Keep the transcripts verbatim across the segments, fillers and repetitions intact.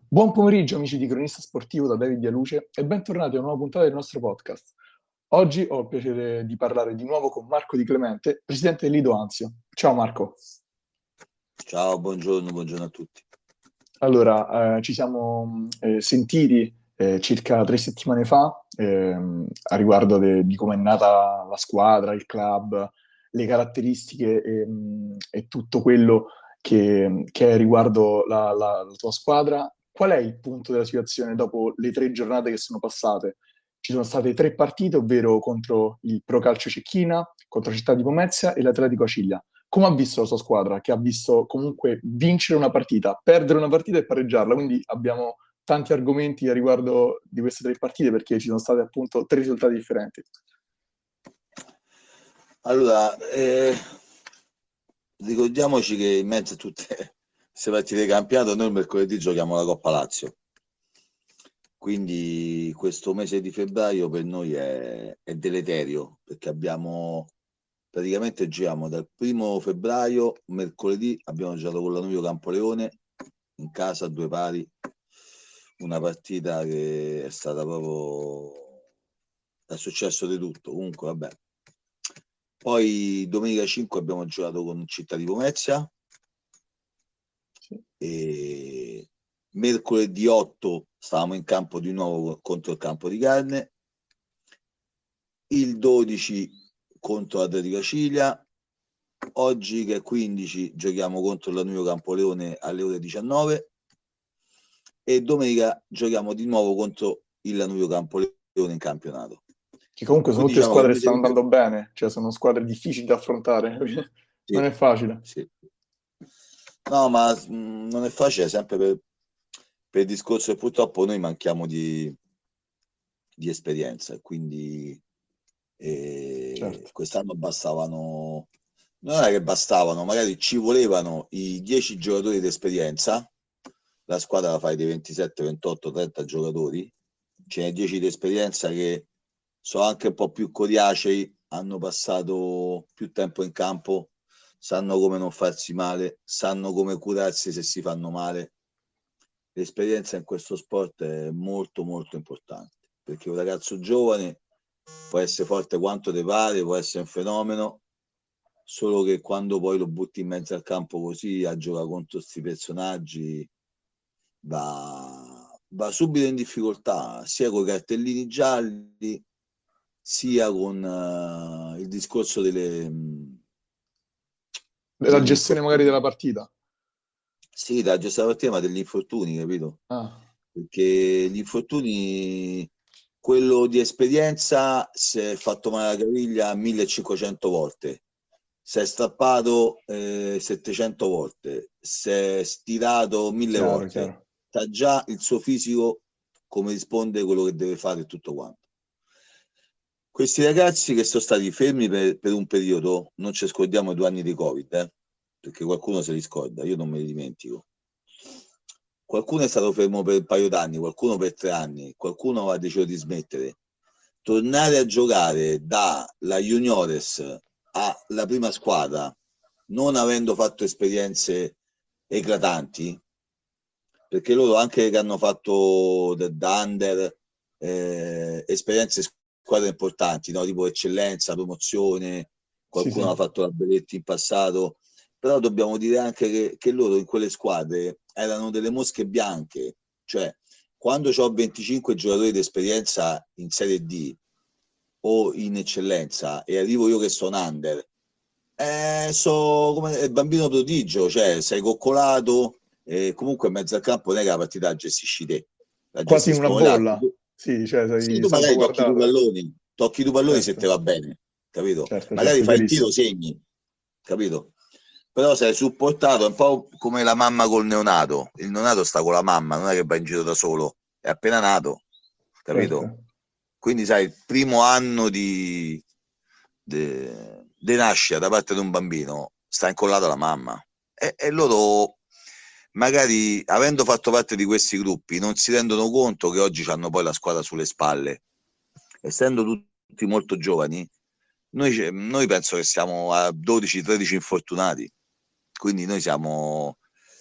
Buon pomeriggio amici di Cronista Sportivo da David Dialuce e bentornati a una nuova puntata del nostro podcast. Oggi ho il piacere di parlare di nuovo con Marco Di Clemente, presidente del Lido Anzio. Ciao Marco. Ciao, buongiorno, buongiorno a tutti. Allora, eh, ci siamo eh, sentiti eh, circa tre settimane fa ehm, a riguardo de- di come è nata la squadra, il club, le caratteristiche e, mh, e tutto quello che, che è riguardo la, la- la tua squadra. Qual è il punto della situazione dopo le tre giornate che sono passate? Ci sono state tre partite, ovvero contro il Pro Calcio Cecchina, contro Città di Pomezia e l'Atletico Aciglia. Come ha visto la sua squadra, che ha visto comunque vincere una partita, perdere una partita e pareggiarla? Quindi abbiamo tanti argomenti a riguardo di queste tre partite perché ci sono stati appunto tre risultati differenti. Allora, eh, ricordiamoci che in mezzo a tutte queste partite di campionato noi il mercoledì giochiamo la Coppa Lazio. Quindi questo mese di febbraio per noi è, è deleterio perché abbiamo praticamente giochiamo dal primo febbraio, mercoledì abbiamo giocato con la Nuvio Campoleone in casa a due pari, una partita che è stata proprio è successo di tutto. Comunque vabbè. Poi domenica cinque abbiamo giocato con Città di Pomezia Sì. e mercoledì otto stavamo in campo di nuovo contro il Campo di Carne, il dodici contro Atletico Ciglia, oggi che è quindici giochiamo contro la Nuovo Campoleone alle ore diciannove e domenica giochiamo di nuovo contro il Lanuio Campoleone in campionato. Che comunque sono Quindi tutte diciamo che il squadre che mese stanno di andando bene, cioè sono squadre difficili da affrontare, non sì, è facile. sì. No, ma mh, non è facile, sempre per, per il discorso che purtroppo noi manchiamo di, di esperienza, e quindi eh, Certo. quest'anno bastavano, non è che bastavano, magari ci volevano i dieci giocatori di esperienza, la squadra la fai dei ventisette, ventotto, trenta giocatori, ce n'è dieci di esperienza che sono anche un po' più coriacei, hanno passato più tempo in campo, sanno come non farsi male, sanno come curarsi se si fanno male. L'esperienza in questo sport è molto molto importante perché un ragazzo giovane può essere forte quanto te pare, può essere un fenomeno, solo che quando poi lo butti in mezzo al campo così a giocare contro questi personaggi va, va subito in difficoltà, sia con i cartellini gialli, sia con uh, il discorso delle, La degli gestione magari infortuni. della partita. Sì, da gestire la partita, ma degli infortuni, capito? Ah, Perché gli infortuni, quello di esperienza si è fatto male la caviglia millecinquecento volte, si è strappato eh, settecento volte, si è stirato mille chiaro, volte, chiaro. sa già il suo fisico come risponde, quello che deve fare e tutto quanto. Questi ragazzi che sono stati fermi per, per un periodo, non ci scordiamo i due anni di Covid, eh, perché qualcuno se li scorda, io non me li dimentico. Qualcuno è stato fermo per un paio d'anni, qualcuno per tre anni, qualcuno ha deciso di smettere. Tornare a giocare dalla juniores alla prima squadra, non avendo fatto esperienze eclatanti, perché loro anche che hanno fatto da under eh, esperienze squadre importanti, no? Tipo eccellenza, promozione, Sì, qualcuno sì. ha fatto la Belletti in passato, però dobbiamo dire anche che, che loro in quelle squadre erano delle mosche bianche, cioè quando ho venticinque giocatori di esperienza in Serie D o in eccellenza e arrivo io che sono under, eh, so come il bambino prodigio, cioè sei coccolato e comunque in mezzo al campo non è che la partita la gestisci te, la Quasi in una gestiscono gli altri. bolla. Sì, cioè Sì, sei tu magari tocchi due salvaguardato. palloni, tocchi due palloni se te Certo, va bene, capito? certo, Magari certo, fai il tiro, chiarissimo. segni, capito? Però sei supportato, è un po' come la mamma col neonato. Il neonato sta con la mamma, non è che va in giro da solo, è appena nato, capito? Certo. Quindi sai, il primo anno di, di nascita da parte di un bambino sta incollato alla mamma e, e loro magari avendo fatto parte di questi gruppi non si rendono conto che oggi hanno poi la squadra sulle spalle, essendo tutti molto giovani. Noi, noi penso che siamo a dodici tredici infortunati, quindi noi siamo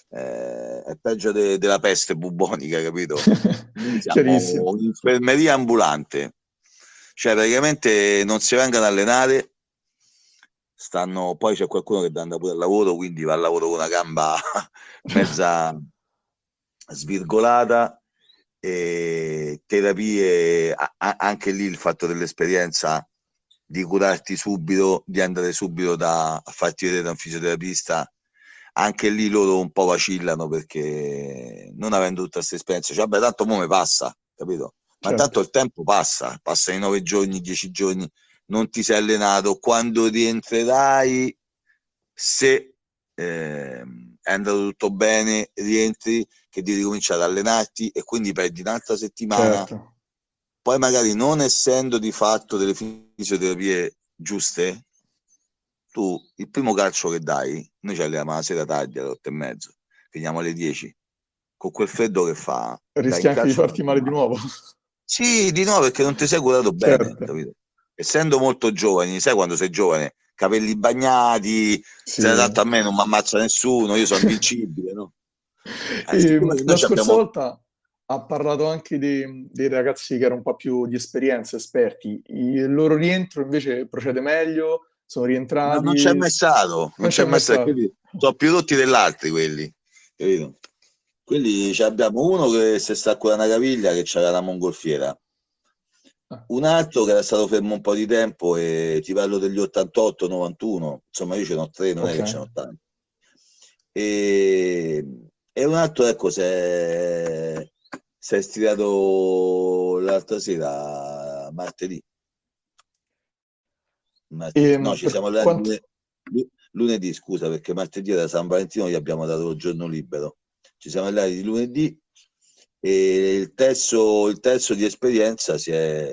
eh, è peggio de- della peste bubonica, capito? Noi Chiarissimo. siamo un'infermeria ambulante, cioè praticamente non si vengono ad allenare, stanno, poi c'è qualcuno che deve andare pure al lavoro, quindi va al lavoro con una gamba mezza svirgolata, e terapie, a- a- anche lì il fatto dell'esperienza di curarti subito, di andare subito da, a farti vedere da un fisioterapista, anche lì loro un po' vacillano perché non avendo tutta questa esperienza, cioè vabbè tanto mo me passa, capito? Ma tanto Certo, il tempo passa, passano i nove giorni, dieci giorni, non ti sei allenato, quando rientrerai, se eh, è andato tutto bene, rientri, che devi ricominciare ad allenarti e quindi perdi un'altra settimana, certo. poi magari non essendo di fatto delle fisioterapie giuste, tu il primo calcio che dai, noi ci alleniamo la sera tardi alle otto e mezzo, finiamo alle dieci, con quel freddo che fa, dai Rischi in anche di calcio una farti male di settimana. nuovo. Sì, di nuovo perché non ti sei curato bene, Certo, capito? Essendo molto giovani, sai quando sei giovane, capelli bagnati, se sì. tanto a me non mi ammazza nessuno, io sono invincibile, no? Eh, siccome E noi la ci scorsa abbiamo... volta ha parlato anche dei, dei ragazzi che erano un po' più di esperienza, esperti. Il loro rientro invece procede meglio, sono No, non c'è rientrati, mai stato, non non c'è c'è mai mai stato, stato. quelli sono più rotti dell'altri quelli, capito? Quelli ci abbiamo uno che si sta con una caviglia che c'aveva la mongolfiera, Ah, un altro che era stato fermo un po' di tempo e ti parlo degli ottantotto novantuno, insomma io ce n'ho tre, non è ok. che ce n'ho tanti. E, e un altro, ecco, si è, si è stirato l'altra sera, martedì. E Martedì. No, mh, ci per siamo allenati quanto... lune- lu- lunedì, scusa, perché martedì era San Valentino, gli abbiamo dato il giorno libero. Ci siamo allenati di lunedì e il terzo, il terzo di esperienza si è,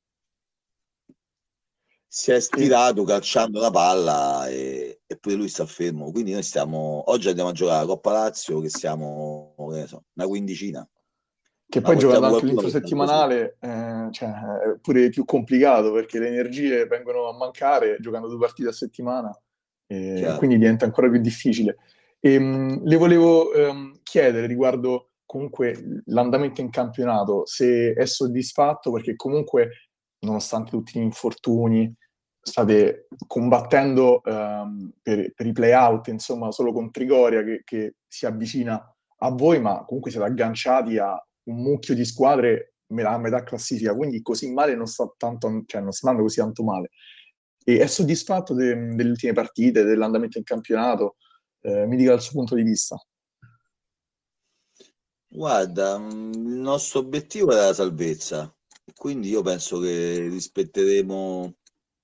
si è e- stirato calciando la palla e, e pure lui sta fermo. Quindi noi stiamo, oggi andiamo a giocare la Coppa Lazio, che siamo, che ne so, una quindicina, Che ma poi giocando contiamo anche qualcuno che sta così. l'infrasettimanale, eh, cioè, è pure più complicato perché le energie vengono a mancare giocando due partite a settimana e Chiaro. quindi diventa ancora più difficile. E, mh, le volevo ehm, chiedere riguardo comunque l'andamento in campionato, se è soddisfatto perché comunque, nonostante tutti gli infortuni, state combattendo ehm, per, per i play-out, insomma, solo con Trigoria che, che si avvicina a voi, ma comunque siete agganciati a un mucchio di squadre me- a metà classifica, quindi così male non sta tanto, cioè non sta andando così tanto male. E è soddisfatto de- delle ultime partite, dell'andamento in campionato? Eh, mi dica dal suo punto di vista. Guarda, mh, il nostro obiettivo è la salvezza, quindi io penso che rispetteremo,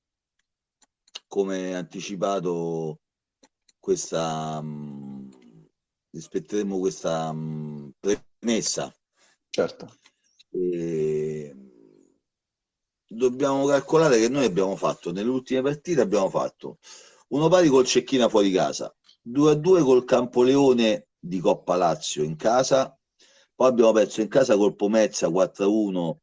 come anticipato, questa, mh, rispetteremo questa mh, premessa. Certo. E dobbiamo calcolare che noi abbiamo fatto, nelle ultime partite abbiamo fatto uno pari col Cecchina fuori casa, due a due col Campoleone di Coppa Lazio in casa, poi abbiamo perso in casa col Pomezia quattro a uno,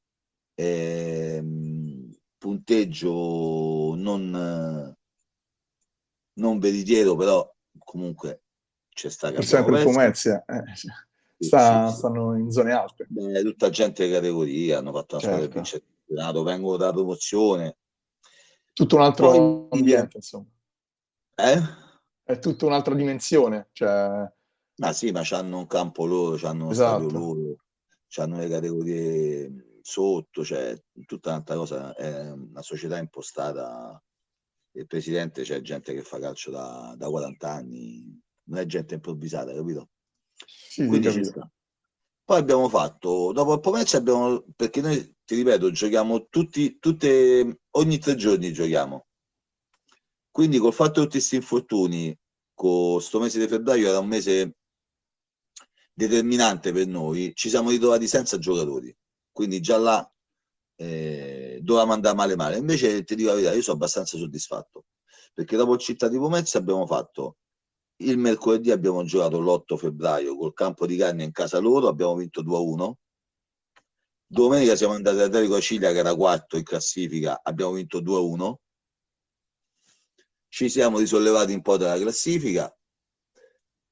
ehm, punteggio non, non veritiero, però comunque c'è sta che Per abbiamo sempre il perso. Pomezia, eh, Sì, sì, sta- sì. stanno in zone alte. Beh, tutta gente di categoria, hanno fatto una squadra che Certo. vince il campionato, vengono dalla promozione. Tutto un altro Poi, ambiente, insomma. eh? È tutta un'altra dimensione, cioè, Ah sì, ma c'hanno un campo loro, c'hanno uno stadio esatto. loro, c'hanno le categorie sotto, cioè tutta un'altra cosa, è una società impostata, il presidente c'è gente che fa calcio da, da quaranta anni, non è gente improvvisata, capito? Sì, sì, Quindi ci capito. sta. Poi abbiamo fatto, dopo il pomeriggio abbiamo, perché noi, ti ripeto, giochiamo tutti, tutte, ogni tre giorni giochiamo. Quindi col fatto di tutti questi infortuni, con sto mese di febbraio era un mese determinante per noi, ci siamo ritrovati senza giocatori. Quindi già là eh, dovevamo andare male male. Invece ti dico la verità, io sono abbastanza soddisfatto, perché dopo il Città di Pomezia abbiamo fatto il mercoledì, abbiamo giocato l'otto febbraio col campo di Canne in casa loro, abbiamo vinto due a uno. Domenica siamo andati a Terrico Acilia che era quarto in classifica, abbiamo vinto due a uno. Ci siamo risollevati un po' dalla classifica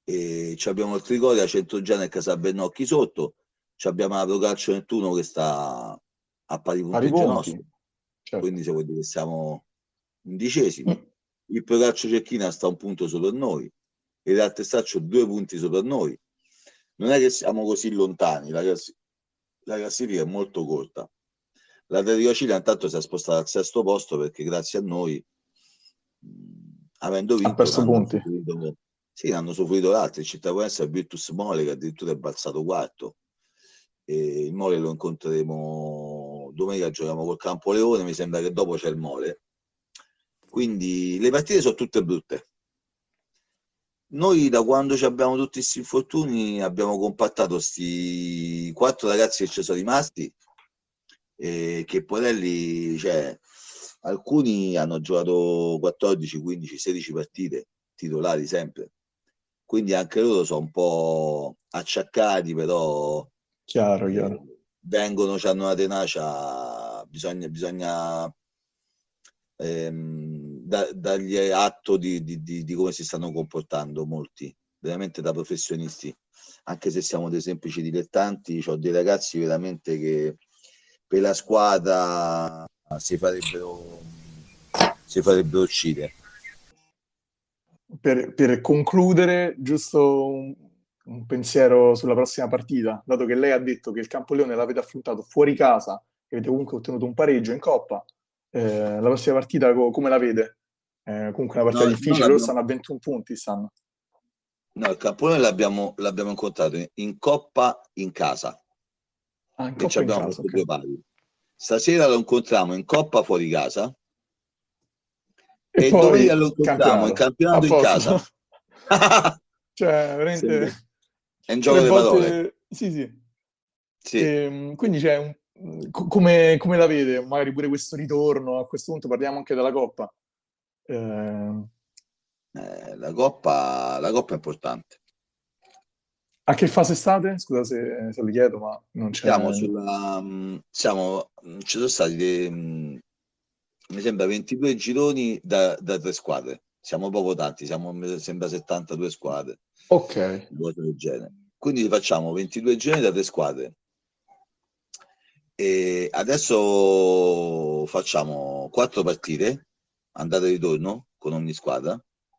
e ci abbiamo il Trigoria, Centogena e Casabennocchi sotto, ci abbiamo la Procalcio ventuno che sta a pari Pari punteggio punti, nostro, certo. quindi se vuol dire che siamo undicesimi. Mm. Il Procalcio Cecchina sta un punto sopra noi, il Real Testaccio due punti sopra noi. Non è che siamo così lontani, la, class- la classifica è molto corta. La Atletico Cile intanto si è spostata al sesto posto perché grazie a noi, mh, avendo Ha vinto, ne perso hanno punti. usufruito, sì, ne hanno usufruito altri. Il Cittadinanza e Virtus Mole che addirittura è balzato quarto. E il Mole lo incontreremo domenica, giochiamo col Campoleone, mi sembra che dopo c'è il Mole. Quindi le partite sono tutte brutte. Noi da quando ci abbiamo tutti questi infortuni abbiamo compattato questi quattro ragazzi che ci sono rimasti e che Porelli, cioè, alcuni hanno giocato quattordici, quindici, sedici partite titolari sempre, quindi anche loro sono un po' acciaccati, però Chiaro, eh, chiaro. vengono, hanno una tenacia, bisogna, bisogna ehm, da, dargli atto di, di, di, di come si stanno comportando molti, veramente da professionisti, anche se siamo dei semplici dilettanti, ho dei ragazzi veramente che per la squadra si farebbero, si farebbero uccidere. Per, per concludere, giusto un, un pensiero sulla prossima partita, dato che lei ha detto che il Campoleone l'avete affrontato fuori casa e avete comunque ottenuto un pareggio in Coppa, eh, la prossima partita co- come la vede? Eh, comunque una partita No, noi difficile, loro l'abbiamo, stanno a ventuno punti, stanno. no, il Campone l'abbiamo, l'abbiamo incontrato in, in Coppa in casa Ah, in e ci Coppa in abbiamo casa, fatto ok. due pari. Stasera lo incontriamo in Coppa fuori casa E e domenica poi lo incontriamo in campionato, a campionato in posto. casa. Cioè, Sembra- veramente È un gioco tre di parole. volte... Sì, sì. Sì. Ehm, quindi c'è un... co- come, come la vede? Magari pure questo ritorno, a questo punto parliamo anche della Coppa. Ehm, Eh, la Coppa, la Coppa è importante. a che fase state? Scusa se, se le chiedo, ma non c'è... Siamo sulla, mh, siamo, mh, ci sono stati dei, mh, mi sembra ventidue gironi da, da tre squadre. Siamo proprio tanti, siamo mi sembra settantadue squadre, Ok, cose del genere. Quindi facciamo ventidue gironi da tre squadre. E adesso facciamo quattro partite, andata e ritorno con ogni squadra.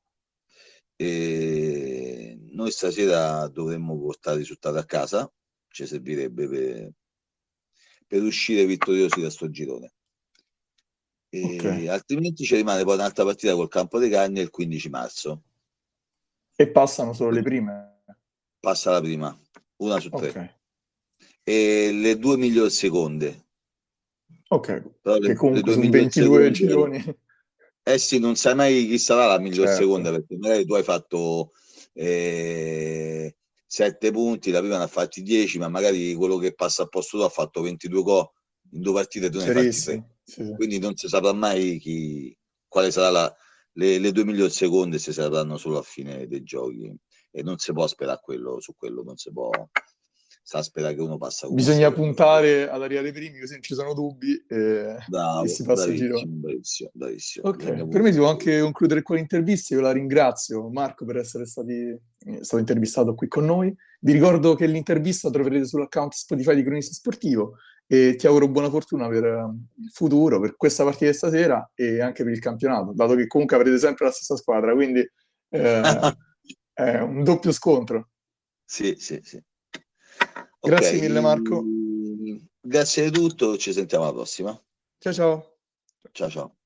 E noi stasera dovremmo portare i risultati a casa, ci servirebbe per, per uscire vittoriosi da sto girone. ok. E altrimenti ci rimane poi un'altra partita col Campo dei Cagni il quindici marzo. E passano solo le prime. Passa la prima, una su Ok, tre. E le due migliori seconde. ok. Però le, Che le comunque due su migliori ventidue seconde, gironi... eh sì, non sai mai chi sarà la miglior seconda, Certo, perché magari tu hai fatto eh, sette punti, la prima ne ha fatti dieci, ma magari quello che passa al posto tuo ha fatto ventidue gol in due partite e tu ne hai fatti tre. chiarissimo. Sì, sì. Quindi non si saprà mai chi, quale sarà la, le, le due migliori seconde, se sapranno solo a fine dei giochi. E non si può sperare a quello, su quello non si può sta a sperare che uno passa come Bisogna secondo. puntare ad arrivare ai primi, così non ci sono dubbi e, e Bravo, si passa il girone. bravissimo, bravissimo, bravissimo. Bisogna Ok, per me puntare devo su quello. anche concludere qua l'intervista. Io la ringrazio, Marco, per essere stati, eh, stato intervistato qui con noi. Vi ricordo che l'intervista troverete sull'account Spotify di Cronista Sportivo e ti auguro buona fortuna per eh, il futuro, per questa partita di stasera e anche per il campionato, dato che comunque avrete sempre la stessa squadra, quindi eh, è un doppio scontro. Sì, sì, sì. Ok, Grazie mille, Marco. grazie di tutto, ci sentiamo alla prossima. Ciao ciao. Ciao ciao.